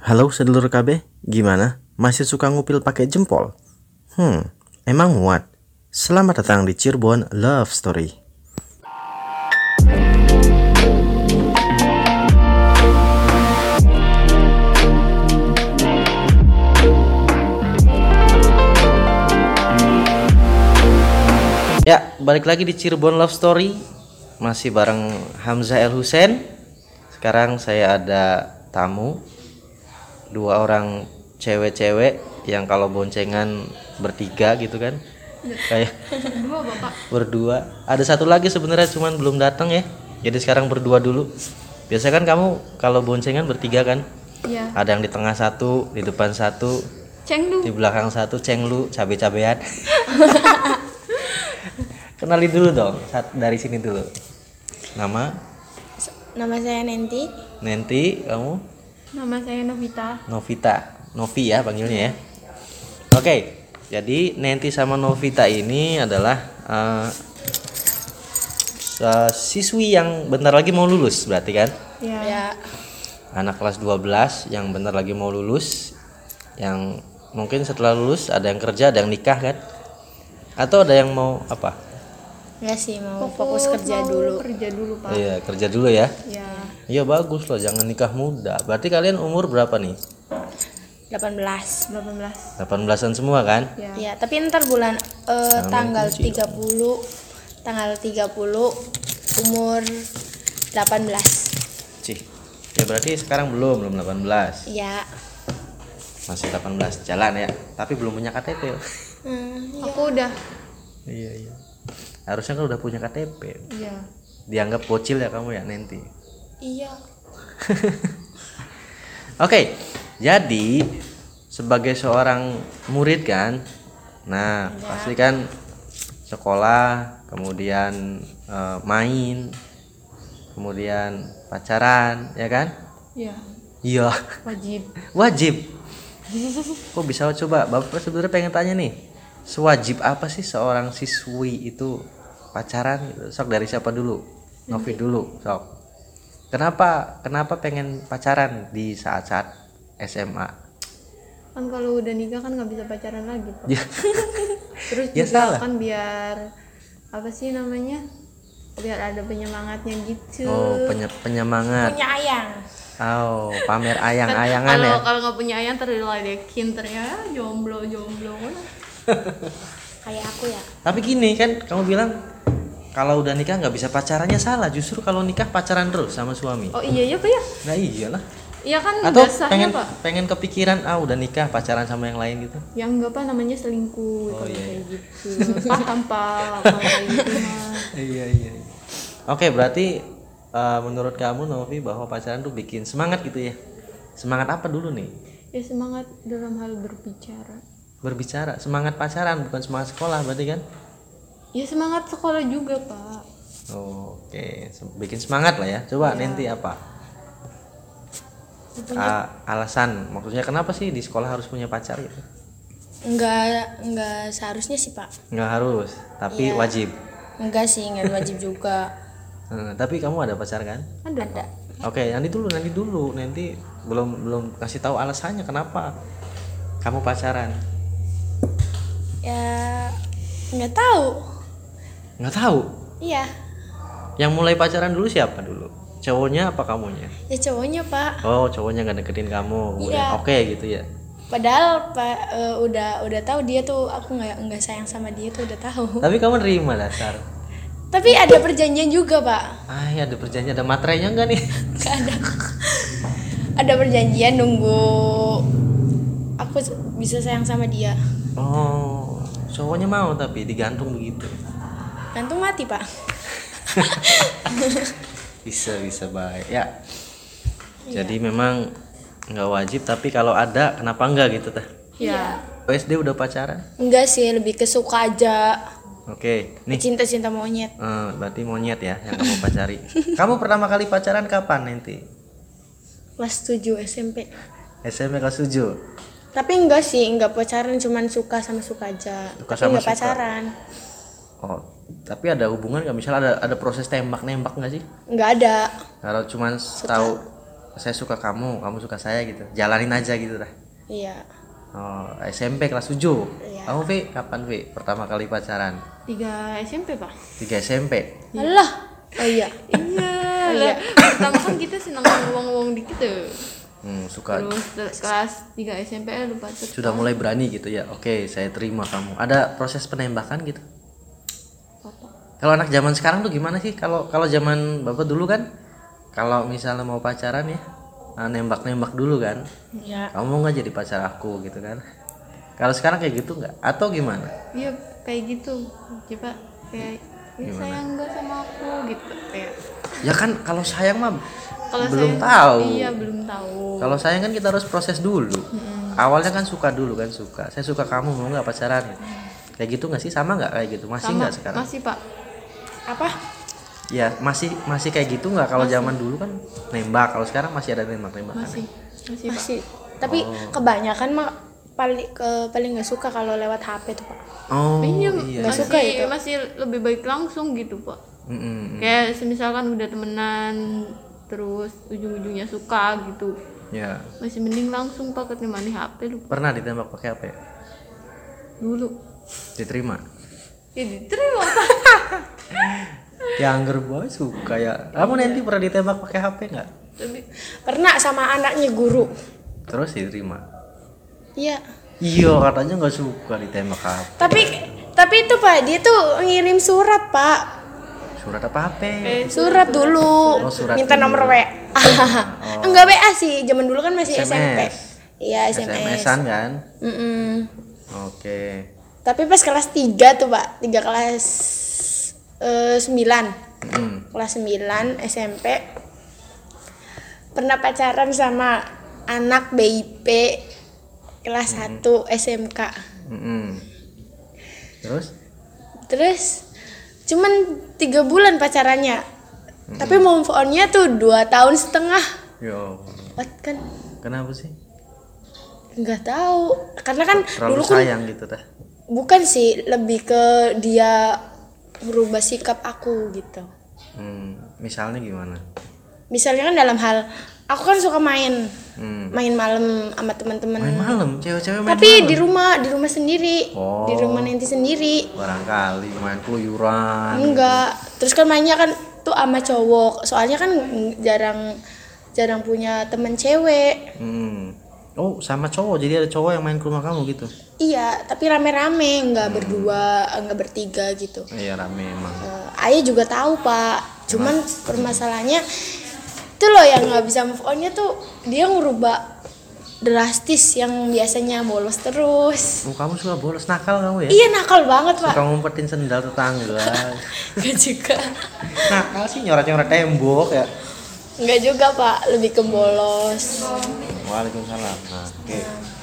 Halo sedulur KB, gimana? Masih suka ngupil pakai jempol? Emang muat? Selamat datang di Cirebon Love Story. Ya, balik lagi di Cirebon Love Story. Masih bareng Hamzah El Hussein. Sekarang saya ada tamu, dua orang cewek-cewek yang kalau boncengan bertiga gitu kan, kayak Berdua bapak. berdua. Ada satu lagi sebenarnya cuman belum datang ya, jadi sekarang berdua dulu. Biasa kan kamu kalau boncengan bertiga kan, Iya. ada yang di tengah satu, di depan satu, Cengdu. di belakang satu, cenglu, cabe-cabean. Kenalin dulu dong, dari sini dulu. Nama saya Nenti. Nanti kamu Nama saya Novita. Novita, Novi ya panggilnya ya. Oke, jadi Nenti sama Novita ini adalah siswi yang bentar lagi mau lulus berarti kan? Ya. Ya, Anak kelas 12 yang bentar lagi mau lulus, yang mungkin setelah lulus ada yang kerja, ada yang nikah kan? Atau ada yang mau apa? enggak sih, mau fokus kerja mau dulu. Kerja dulu pak. Iya, kerja dulu ya. Ya. Iya bagus loh, jangan nikah muda. Berarti kalian umur berapa nih? 18. 18. 18-an semua kan? Ya. Ya, tapi ntar bulan tanggal 30 umur 18. Cih. Ya berarti sekarang belum 18. Ya. Masih 18 jalan ya, tapi belum punya KTP. Aku udah. Iya. Harusnya kan udah punya KTP. Iya. Dianggap bocil ya kamu ya nanti. Iya. Oke, jadi sebagai seorang murid kan, nah pasti kan sekolah, kemudian main, kemudian pacaran, ya kan? Iya. Iya, Wajib. wajib. Kok bisa coba? Bapak sebenarnya pengen tanya nih, sewajib apa sih seorang siswi itu pacaran? Gitu. Sok dari siapa dulu? Novi dulu, sok. Kenapa pengen pacaran di saat-saat SMA? Kan kalau udah nikah kan nggak bisa pacaran lagi pak. Ya, Terus ya juga salah. kan biar apa sih namanya? Biar ada penyemangatnya gitu. Oh, penyemangat. Punya ayang. Oh, pamer ayang-ayangan ya. Kalau nggak punya ayang terdiledekin ternyata jomblo. Kayak aku ya. Tapi gini kan, kamu bilang kalau udah nikah nggak bisa pacarannya salah. Justru kalau nikah pacaran terus sama suami. Oh iya pak ya. Nah iyalah. Iya kan Atau udah sahnya pak. pengen kepikiran udah nikah pacaran sama yang lain gitu. Ya enggak pak, namanya selingkuh Oh, kalau iya, kayak gitu. Paham pak kalau kayak gitu mah. Iya. Oke, berarti menurut kamu Novi bahwa pacaran tuh bikin semangat gitu ya? Semangat apa dulu nih? Ya semangat dalam hal berbicara. Berbicara, semangat pacaran bukan semangat sekolah berarti kan? Ya semangat sekolah juga pak. Oke, bikin semangat lah ya. Coba nanti apa? Alasan, maksudnya kenapa sih di sekolah harus punya pacar gitu? Enggak seharusnya sih, Pak. Nggak harus, tapi Iya. wajib. Enggak sih, enggak wajib juga. Tapi kamu ada pacar kan? Ada. Oke, nanti dulu, nanti belum kasih tahu alasannya kenapa kamu pacaran. Ya enggak tahu. Nggak tahu. Iya. Yang mulai pacaran dulu siapa dulu? Cowoknya apa kamunya? Ya cowoknya, Pak. Oh, cowoknya nggak deketin kamu. Kemudian Iya. oke gitu ya. Padahal Pak udah tahu dia tuh aku enggak sayang sama dia tuh udah tahu. Tapi kamu nerima dasar. Tapi ada perjanjian juga, Pak. Ya ada perjanjian, ada materainya enggak nih? Enggak ada. Ada perjanjian nunggu aku bisa sayang sama dia. Oh, cowoknya mau tapi digantung begitu. Gantung mati, Pak. Bisa baik ya. Jadi memang nggak wajib, tapi kalau ada kenapa enggak gitu tah? Ya. SD udah pacaran? Enggak sih, lebih ke suka aja. Oke, nih Cinta-cinta monyet. berarti monyet ya yang kamu pacari. Kamu pertama kali pacaran kapan nanti? Kelas 7 SMP. SMP kelas 7. Tapi enggak sih, enggak pacaran, cuman suka aja. Suka Tapi sama enggak suka. pacaran. Oh, tapi ada hubungan nggak? Misalnya ada proses tembak nembak nggak sih? Enggak ada. Kalau cuman tahu saya suka kamu, kamu suka saya gitu. Jalanin aja gitu dah. Iya. Oh, SMP kelas 7. Iya. Kamu Vi, kapan Vi pertama kali pacaran? 3 SMP pak. 3 SMP. Alah. Oh iya. Iya. iya. Pertama kan kita senang ngomong-ngomong dikit tuh. Suka Terus kelas 3 SMP lupa tuh. sudah mulai berani gitu ya. Oke, saya terima kamu. Ada proses penembakan gitu. Apa? Kalau anak zaman sekarang tuh gimana sih? Kalau kalau zaman Bapak dulu kan kalau misalnya mau pacaran ya, nembak-nembak dulu kan. Iya. Kamu mau nggak jadi pacar aku gitu kan? Kalau sekarang kayak gitu nggak? Atau gimana? Iya kayak gitu. Coba kayak sayang nggak sama aku gitu kayak. Ya kan kalau sayang mah Kalau belum sayang, tahu. Iya belum tahu. Kalau sayang kan kita harus proses dulu. Awalnya kan suka dulu kan suka. Saya suka kamu mau nggak pacaran? Kayak gitu nggak sih? Sama nggak kayak gitu? Masih Sama, nggak sekarang? masih pak. Apa? Ya masih kayak gitu nggak? Kalau zaman dulu kan nembak. Kalau sekarang masih ada nembak-nembakan. Masih pak. Masih. Tapi kebanyakan mah paling nggak suka kalau lewat HP tuh pak. Oh iya. Nggak masih, suka itu. masih lebih baik langsung gitu pak. Mm-mm. Kayak misalkan udah temenan terus ujung-ujungnya suka gitu, Ya. masih mending langsung pak ketimbang di HP lu Pernah ditembak pakai apa ya? dulu. Diterima. Ya diterima pak. Ya angger boy suka ya. Kamu nanti pernah ditembak pakai HP nggak? Tapi Pernah sama anaknya guru. Terus diterima. Iya. Iya katanya nggak suka ditembak HP. Tapi itu pak, dia tuh ngirim surat pak. Surat apa HP? Surat dulu. Oh, surat Minta dulu. nomor WA. Enggak WA sih, zaman dulu kan masih SMS. SMP. Iya SMS. SMS-an kan? Mm-mm. Oke. Tapi pas kelas 3 tuh pak, 3 kelas 9. Kelas 9 SMP. Pernah pacaran sama anak BIP kelas 1 SMK. Terus cuman 3 bulan pacarannya. Tapi move on-nya tuh 2,5 tahun. Yo. What kan? Kenapa sih? Nggak tahu. Karena kan Terlalu dulu kan sayang gitu dah. bukan sih, lebih ke dia merubah sikap aku gitu. Misalnya gimana? Misalnya kan dalam hal aku kan suka main malam sama teman-teman. Main malam, cewek-cewek main Tapi malam. di rumah sendiri. Oh. Di rumah nanti sendiri. Barangkali main keluyuran. Enggak. Terus kan mainnya kan tuh sama cowok. Soalnya kan jarang punya teman cewek. Oh, sama cowok. Jadi ada cowok yang main ke rumah kamu gitu. Iya, tapi rame-rame, enggak berdua, enggak bertiga gitu. Iya, rame emang. Ayah juga tahu pak, cuman permasalahannya itu loh yang nggak bisa move onnya tuh dia ngubah drastis yang biasanya bolos terus. Oh, kamu suka bolos, nakal kamu ya? Iya nakal banget pak. Suka ngumpetin sendal tetangga. Nggak juga, Nakal sih nyoret-nyoret tembok ya. nggak juga pak, lebih ke bolos. Waalaikumsalam. Nah, oke.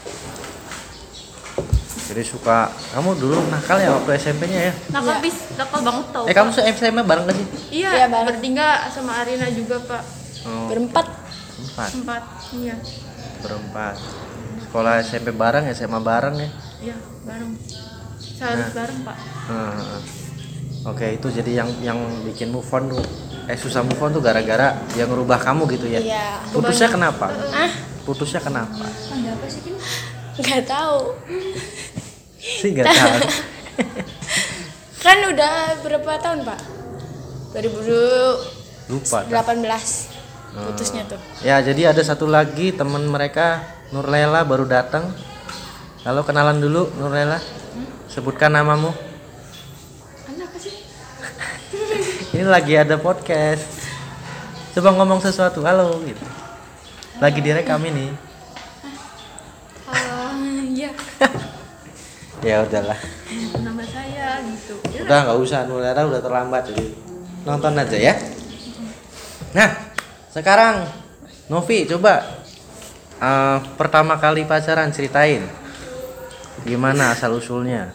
Jadi suka, kamu dulu nakal ya waktu SMP-nya ya? nakal banget tau Kamu SMP bareng gak sih? iya Iya, bareng. bertiga sama Arina juga pak. Oh, Berempat. empat. Iya Berempat. Sekolah SMP bareng, SMA bareng ya? iya bareng, seharus bareng pak. Heeh. Oke, itu jadi yang bikin move on tuh susah move on tuh gara-gara yang ngerubah kamu gitu ya? Iya. Putusnya kenapa? Ah, Putusnya kenapa? Ada apa sih Kim? nggak tahu. Sih nggak tahu. Kan udah berapa tahun pak? 2018 Lupa. dah. putusnya tuh. Ya, jadi ada satu lagi teman mereka, Nurlela baru datang. Halo, kenalan dulu Nurlela. Sebutkan namamu. Ada apa sih? Ini lagi ada podcast. Coba ngomong sesuatu. Halo gitu. Lagi direkam ini. Iya Ya udahlah. nama saya gitu. Udah nggak usah, Nurlela udah terlambat jadi nonton aja ya. Nah, sekarang Novi coba pertama kali pacaran ceritain gimana asal usulnya.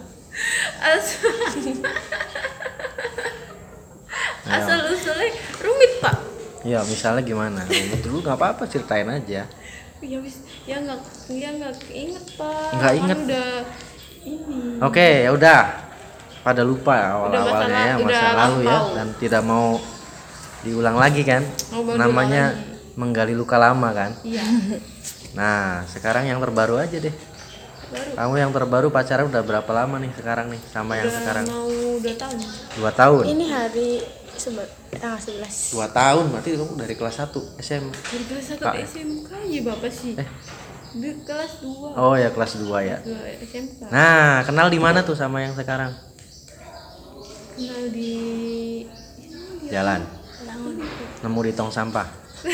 Asal usulnya rumit pak. Ya misalnya gimana? Dulu nggak apa-apa ceritain aja. Ya wis, ya nggak inget pak. Nggak Kan inget. udah ini. Oke, ya udah. Pada lupa awal-awalnya ya udah masa lalu ya lampau. dan tidak mau diulang lagi kan. Mau diulang Namanya lagi. menggali luka lama kan. Iya. Nah sekarang yang terbaru aja deh. Baru. Kamu yang terbaru pacaran udah berapa lama nih sekarang nih sama yang Udah sekarang? mau 2 tahun. 2 tahun. Ini hari tanggal 11. 2 tahun berarti kamu dari kelas 1 SMA. Dari kelas 1 Kak. SMK ya Bapak sih. Di kelas 2. Oh ya kelas 2 ya. 2 SMK. Nah kenal di mana tuh sama yang sekarang? Kenal di Jalan. Nemu di tong sampah.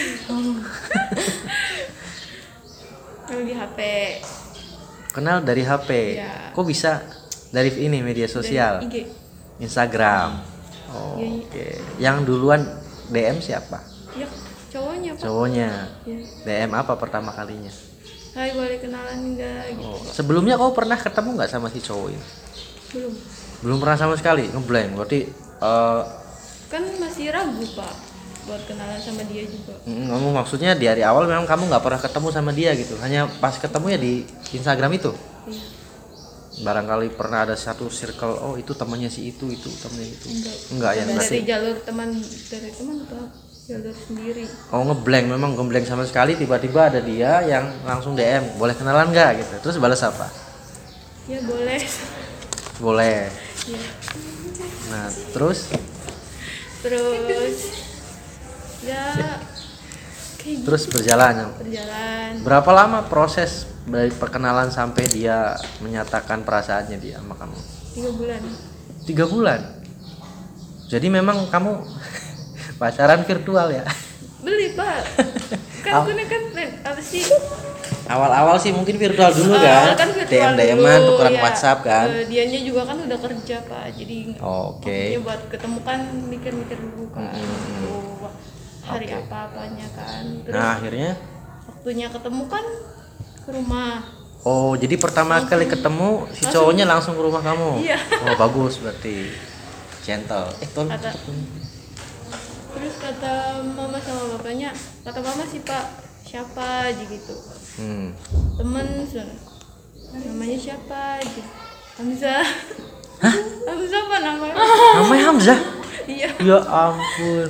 kenal di HP. Kenal dari HP. Iya. Kok bisa dari ini media sosial? Dari IG. Instagram. Oh, Iya, iya. oke. Yang duluan DM siapa? Ya, cowoknya Pak. Cowoknya. Ya. DM apa pertama kalinya? Hai, boleh kenalan enggak gitu. Oh, sebelumnya kau pernah ketemu nggak sama si cowok ini? Belum. Belum pernah sama sekali, ngeblank. Berarti Kan masih ragu Pak buat kenalan sama dia juga. kamu maksudnya di hari awal memang kamu nggak pernah ketemu sama dia gitu, hanya pas ketemu ya di Instagram itu. Iya. Barangkali pernah ada satu circle, oh itu temannya si itu temannya itu. Enggak ya Dari berarti. jalur teman atau jalur sendiri. Oh ngeblank, memang ngeblank sama sekali, tiba-tiba ada dia yang langsung DM, boleh kenalan nggak gitu. Terus balas apa? Ya boleh. Boleh. Ya. Nah terus Terus ya kayak gitu terus berjalan. berjalan. Berapa lama proses dari perkenalan sampai dia menyatakan perasaannya dia sama kamu? 3 bulan. 3 bulan. Jadi memang kamu pacaran virtual ya? Beli Pak. Kan gue kan apa sih? Awal-awal sih mungkin virtual dulu kan, Kan virtual DM-an, dulu, tukeran ya. WhatsApp kan. Dianya juga kan udah kerja Pak, jadi Oke. maksudnya buat ketemu kan mikir-mikir dulu kan. Tuh, hari Oke. apa-apanya kan. Terus Nah akhirnya, waktunya ketemu kan ke rumah. oh jadi pertama kali ketemu si cowoknya langsung ke rumah kamu? Iya. Oh bagus berarti, gentle. Kata terus kata mama sama bapaknya, kata mama sih Pak, siapa aja gitu. Temen namanya siapa aja? Hamzah. Hah? Hamzah apa namanya? Namanya Hamzah? Iya. Ya ampun.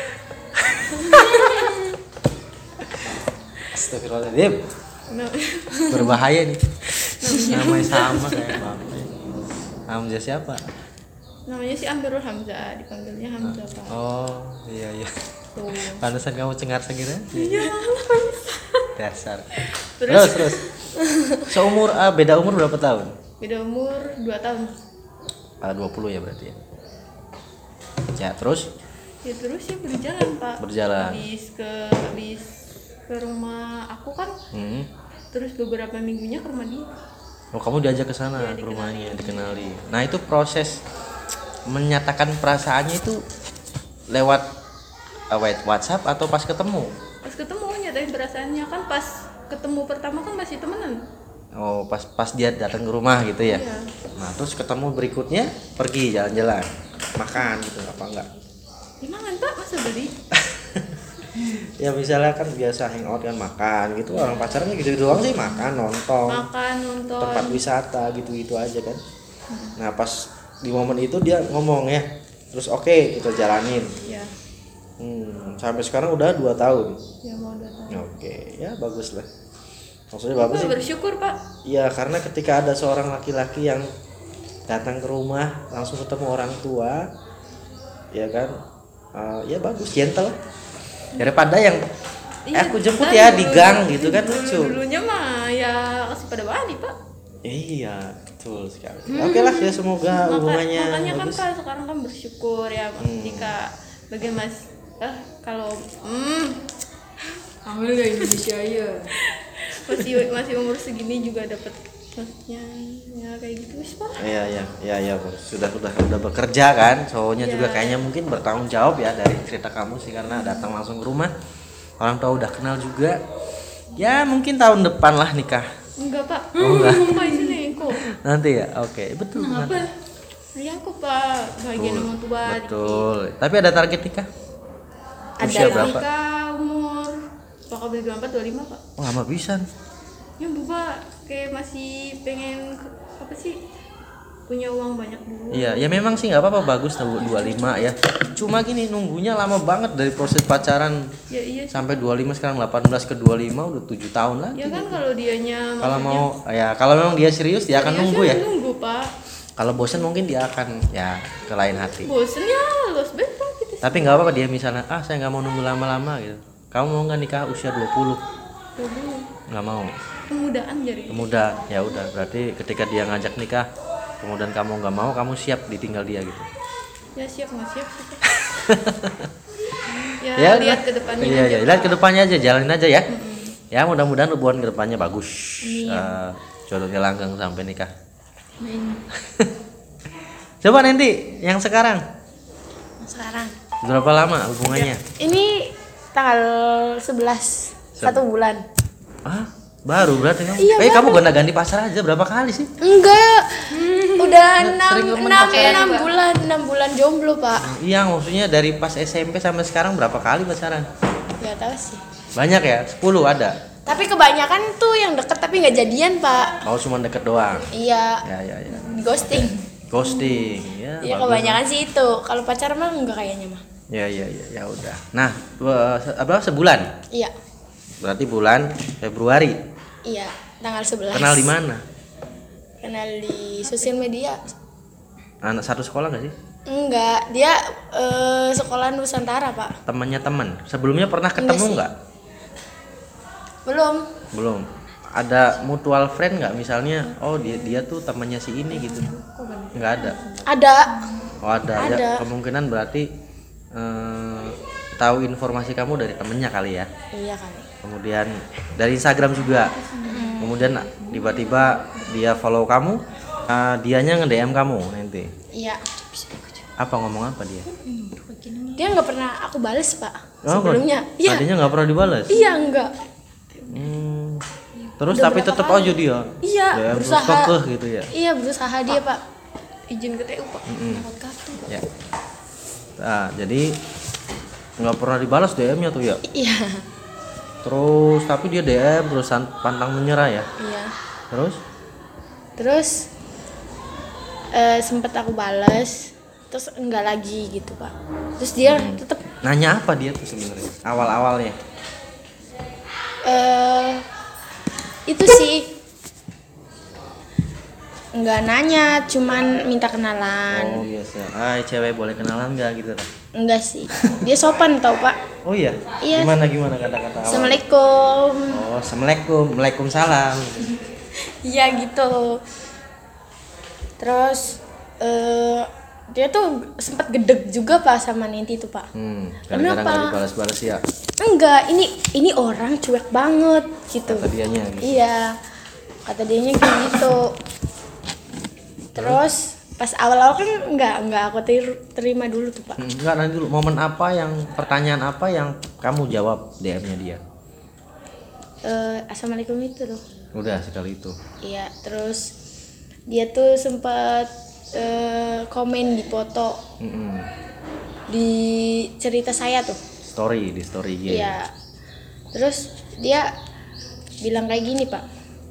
Astagfirullahaladzim. Nah, Berbahaya nih. Namanya sama kayak Bapak. Hamzah siapa? namanya si Amirul Hamzah, dipanggilnya Hamzah Pak. Oh iya iya. Tuh. Pantesan kamu cengar-cengir ya? Iya. Dasar. Terus? Terus. Seumur beda umur berapa tahun? Beda umur 2 tahun. 20 ya berarti ya. Ya terus Ya terus ya berjalan Pak. Berjalan. Habis ke rumah aku kan. Terus beberapa minggunya ke rumah dia. oh kamu diajak ke sana ke rumahnya, dikenali. Nah itu proses menyatakan perasaannya itu lewat WhatsApp atau pas ketemu? Pas ketemu nyatain perasaannya kan, pas ketemu pertama kan masih temenan. Oh pas dia datang ke rumah gitu ya. Iya. Nah terus ketemu berikutnya pergi jalan-jalan makan gitu apa enggak? Gimana Pak, masa beli? Ya misalnya kan biasa hangout kan makan gitu, orang pacarnya gitu doang sih, makan nonton tempat wisata gitu aja kan. Nah pas di momen itu dia ngomong ya, terus oke, kita jalanin. Ya. Sampai sekarang udah 2 tahun. Ya mau 2 tahun. Oke, ya bagus lah. Maksudnya bagus sih. Bersyukur Pak. Iya, karena ketika ada seorang laki-laki yang datang ke rumah langsung ketemu orang tua, ya kan, ya bagus, gentle. Daripada yang aku jemput ya di gang gitu kan, lucu. Dulunya mah ya kasih pada wali Pak. Iya, betul sekali. Oke lah ya, semoga hubungannya Makanya kan bagus. Pak sekarang kan bersyukur ya jika bagaimana kalau Hamil dari Indonesia ya. masih umur segini juga dapat maksudnya ya kayak gitu wis Pak. Iya, sudah bekerja kan, cowoknya juga kayaknya mungkin bertanggung jawab ya dari cerita kamu sih, karena datang langsung ke rumah, orang tua udah kenal juga. Ya mungkin tahun depan lah nikah. Enggak Pak. Oh, enggak. Pak ini kok. Nanti ya, oke, betul. Kenapa? Ya aku Pak, bagian orang tua. Betul. Tapi ada target nikah? Ada Usia berapa? Nikah umur bakal beli 24 25 Pak. Oh, lama pisan. Ya Bapak kayak masih pengen apa sih? punya uang banyak dulu. Iya, ya memang sih nggak apa-apa, bagus 25 ya. Cuma gini nunggunya lama banget dari proses pacaran Ya iya sih. sampai 25, sekarang 18 ke 25 udah 7 tahun lagi. Ya kan kalau dianya Kalau mau ya kalau memang dia serius dia akan nunggu ya. Nunggu, Pak. Kalau bosan mungkin dia akan ya ke lain hati. Bosen ya, los bebas gitu. Tapi nggak apa-apa dia misalnya saya nggak mau nunggu lama-lama gitu. Kamu mau nggak nikah usia 20? Dulu Nggak mau. kemudaan jadi. Pemuda, ya udah berarti ketika dia ngajak nikah kemudian kamu nggak mau, kamu siap ditinggal dia gitu. Ya siap nggak siap sih, Pak. Ya, lihat ke depannya iya, aja. iya, lihat Pak. ke depannya aja, jalanin aja ya. Ya mudah-mudahan hubungan ke depannya bagus. Jodohnya langgeng sampai nikah. Amin. Coba nanti yang sekarang Sekarang berapa lama hubungannya? ini tanggal 11 1 bulan. Baru berarti kamu. Iya, baru. Kamu gonta-ganti pacar aja berapa kali sih? Enggak, udah Sering 6 pacaran, bulan 6 bulan jomblo pak. Iya, maksudnya dari pas SMP sampai sekarang berapa kali pacaran? Gak tahu sih. Banyak ya? 10 ada. Tapi kebanyakan tuh yang deket tapi nggak jadian pak. Mau cuma deket doang. Iya, Ya. di ghosting. Ghosting. Ya, Iya bagus. kebanyakan sih itu. Kalau pacar mah enggak kayaknya mah. Ya udah. Nah, sebulan. Iya, Berarti bulan Februari. iya tanggal 11. Kenal di mana? Kenal di sosial media. Anak satu sekolah nggak sih? Enggak, dia sekolah Nusantara pak. Temannya teman. Sebelumnya pernah Enggak ketemu sih. nggak? Belum. Ada mutual friend nggak? Misalnya, oh dia tuh temannya si ini gitu. Nggak ada. Ada. Oh ada. Ya, Ada. kemungkinan berarti tahu informasi kamu dari temennya kali ya. Iya kali. Kemudian dari Instagram juga. Kemudian tiba-tiba dia follow kamu, dianya nge-DM kamu nanti. Iya. Apa ngomong apa dia? Dia nggak pernah aku bales pak. Oh, Sebelumnya. Iya. Tadinya nggak pernah dibalas. Iya enggak. Terus Udah tapi berapa tetap kali? aja dia. Iya. DM terus Berusaha. kekeh gitu ya. Iya berusaha dia pak. Izin ke TU, Pak. Dapat kartu, Pak. Ya. Nah, jadi nggak pernah dibalas DM-nya tuh ya. Iya. Terus tapi dia DM terus pantang menyerah ya. Iya. Terus Sempet aku bales. Terus enggak lagi gitu pak. Terus dia tetap nanya apa dia tuh sebenarnya awal-awalnya? Itu sih nggak nanya, cuman minta kenalan. Oh biasa. Cewek boleh kenalan nggak gitu? Enggak sih, dia sopan tau pak. Oh iya. Iya. Gimana kata-kata awal? Assalamualaikum. Oh, assalamualaikum, waalaikumsalam. Iya gitu. Terus dia tuh sempat gedeg juga pak sama Ninti tuh pak. Gara-gara Kenapa? nggak dibalas-balas ya. Enggak, ini orang cuek banget gitu. Kata dianya gitu. Iya, kata dianya kayak gitu. Terus pas awal-awal kan nggak aku terima dulu tuh pak. Enggak, nanti dulu momen apa yang pertanyaan apa yang kamu jawab DM-nya dia? Assalamualaikum itu tuh. Udah sekali itu. Iya, terus dia tuh sempat komen di foto di cerita saya tuh. Di story IG. Iya. Terus dia bilang kayak gini pak.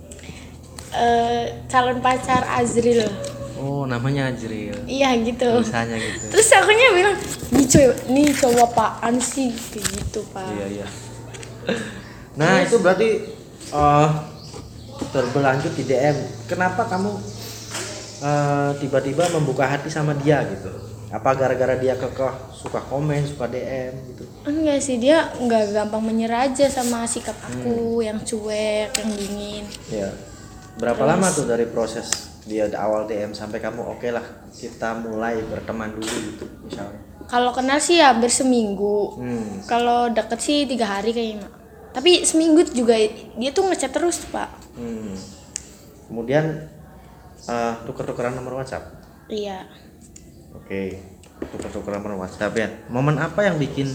Calon pacar Azril. Oh, namanya Ajril. Iya gitu. Tulisannya gitu. Terus akunya bilang, nih cowok apaan sih kayak gitu pak. Iya. Nah, itu berarti berlanjut di DM. Kenapa kamu tiba-tiba membuka hati sama dia gitu? Apa gara-gara dia kekeh suka komen, suka DM gitu? Enggak sih, dia nggak gampang menyerah aja sama sikap aku yang cuek, yang dingin. Ya. Berapa lama tuh dari proses dia awal DM sampai kamu oke lah kita mulai berteman dulu gitu misalnya? Kalau kenal sih hampir seminggu. Kalau deket sih 3 hari kayaknya. Tapi seminggu juga dia tuh ngechat terus pak. Kemudian tuker-tukeran nomor WhatsApp. Iya. Oke, tuker-tukeran nomor WhatsApp ya. Momen apa yang bikin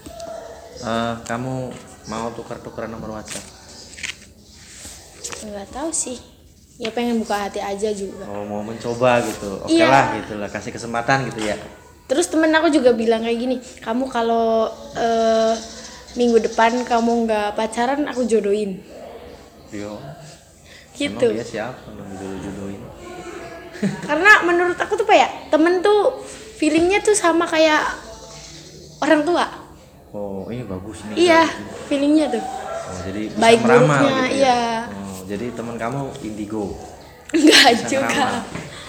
kamu mau tuker-tukeran nomor WhatsApp? Nggak tahu sih. Ya pengen buka hati aja juga. Oh, mau mencoba gitu. Oke Iya. lah gitu lah, kasih kesempatan gitu ya. Terus temen aku juga bilang kayak gini, kamu kalau minggu depan kamu nggak pacaran aku jodohin. Yo. Gitu. Emang dia siapa yang jodoh-jodohin? Karena menurut aku tuh Pak ya, temen tuh feelingnya tuh sama kayak orang tua. Oh, ini bagus nih. Iya, feelingnya tuh. Oh, jadi bisa Baik meramal buruknya, gitu ya. iya. Oh, jadi teman kamu indigo. Enggak Bisa juga. meramal.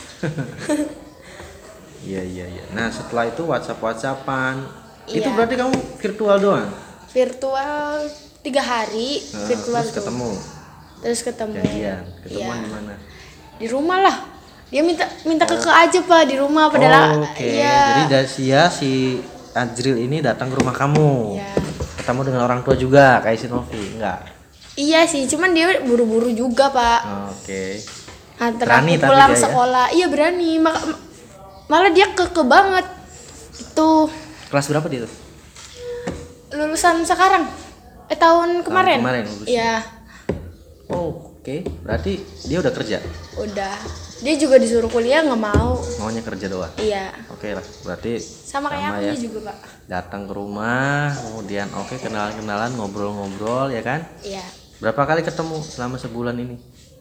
Iya, iya, iya. Nah, setelah itu WhatsApp-WhatsAppan. Itu Iya. berarti kamu virtual doang? Virtual 3 hari, virtual Terus tuh. ketemu. Terus ketemu. Janjian. Ketemuan Iya. di mana? Di rumah lah. Dia minta keke aja Pak di rumah padahal. Oke. Iya. Jadi si Ajril ini datang ke rumah kamu. Iya. Ketemu dengan orang tua juga kayak si Novi, enggak? Iya sih, cuman dia buru-buru juga Pak. Oke. Antar Berani aku tapi pulang dia ya? sekolah. Iya berani. Malah dia keke banget. Itu Kelas berapa dia tuh? lulusan sekarang. Tahun kemarin. kemarin lulusnya. Iya, Oh, oke. Berarti dia udah kerja. udah. Dia juga disuruh kuliah nggak mau. Maunya kerja doang. Iya. Oke lah. Berarti Sama kayak aku ya. juga Pak. Datang ke rumah, kemudian oke kenalan-kenalan, ngobrol-ngobrol ya kan? Iya. Berapa kali ketemu selama sebulan ini?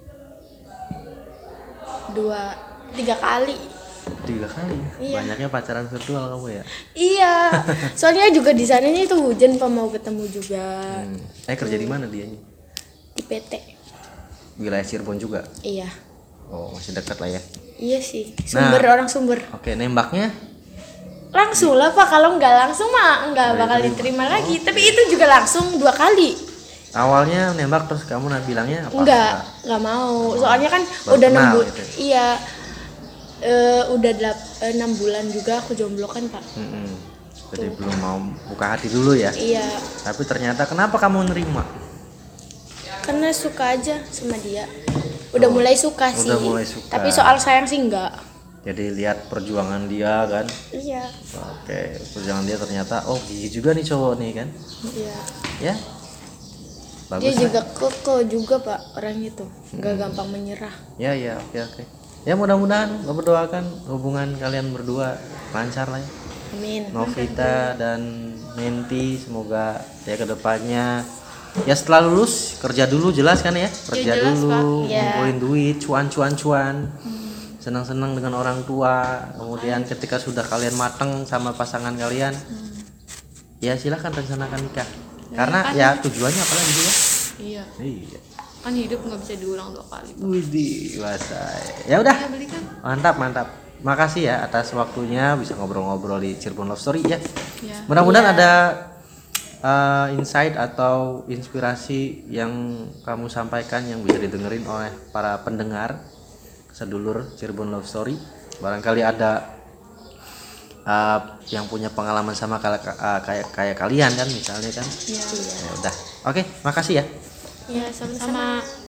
2-3 kali. 3 kali. Iya. Banyaknya pacaran virtual kamu ya. Iya. Soalnya juga di sananya itu hujan Pak, mau ketemu juga. Kerja di mana dia? Di PT. Wilayah Cirebon juga. Iya. Oh, masih dekat lah ya. Iya sih. Sumber orang sumber. Oke, nembaknya Langsung lah Pak, kalau nggak langsung mah nggak bakal diterima lagi. Tapi itu juga langsung 2 kali. awalnya nembak terus kamu bilangnya apa? Nggak mau. Soalnya kan Baru udah 6 kenal bulan. gitu. Iya. Udah 6 bulan juga aku jomblo kan Pak. Jadi belum mau buka hati dulu ya. Iya. Tapi ternyata kenapa kamu nerima? Karena suka aja sama dia. Udah mulai suka sih. udah mulai suka. Tapi soal sayang sih enggak. Jadi lihat perjuangan dia kan. Iya. Oke, perjuangan dia ternyata gigi juga nih cowok nih kan. Iya. Ya. Bagus. Dia lah. juga keke juga Pak orangnya tuh. Enggak gampang menyerah. Ya, oke. Ya mudah-mudahan berdoakan hubungan kalian berdua lancar lah ya. Amin. Novita dan Menti semoga ya kedepannya ya setelah lulus kerja dulu jelas kan ya kerja jelas, dulu Pak. Iya. ngumpulin duit cuan senang-senang dengan orang tua kemudian ketika sudah kalian mateng sama pasangan kalian ya silahkan rencanakan nikah karena ya tujuannya apa lagi ya Iya. iya Kan hidup nggak bisa diulang 2 kali. widih wasai ya udah Ya belikan. mantap makasih ya atas waktunya bisa ngobrol-ngobrol di Cirebon Love Story ya Ya. mudah-mudahan ada insight atau inspirasi yang kamu sampaikan yang bisa didengerin oleh para pendengar sedulur Cirebon Love Story. Barangkali ada yang punya pengalaman sama kayak kalian kan misalnya kan. Iya. Ya udah. Oke, makasih ya. Iya, sama-sama. Sama.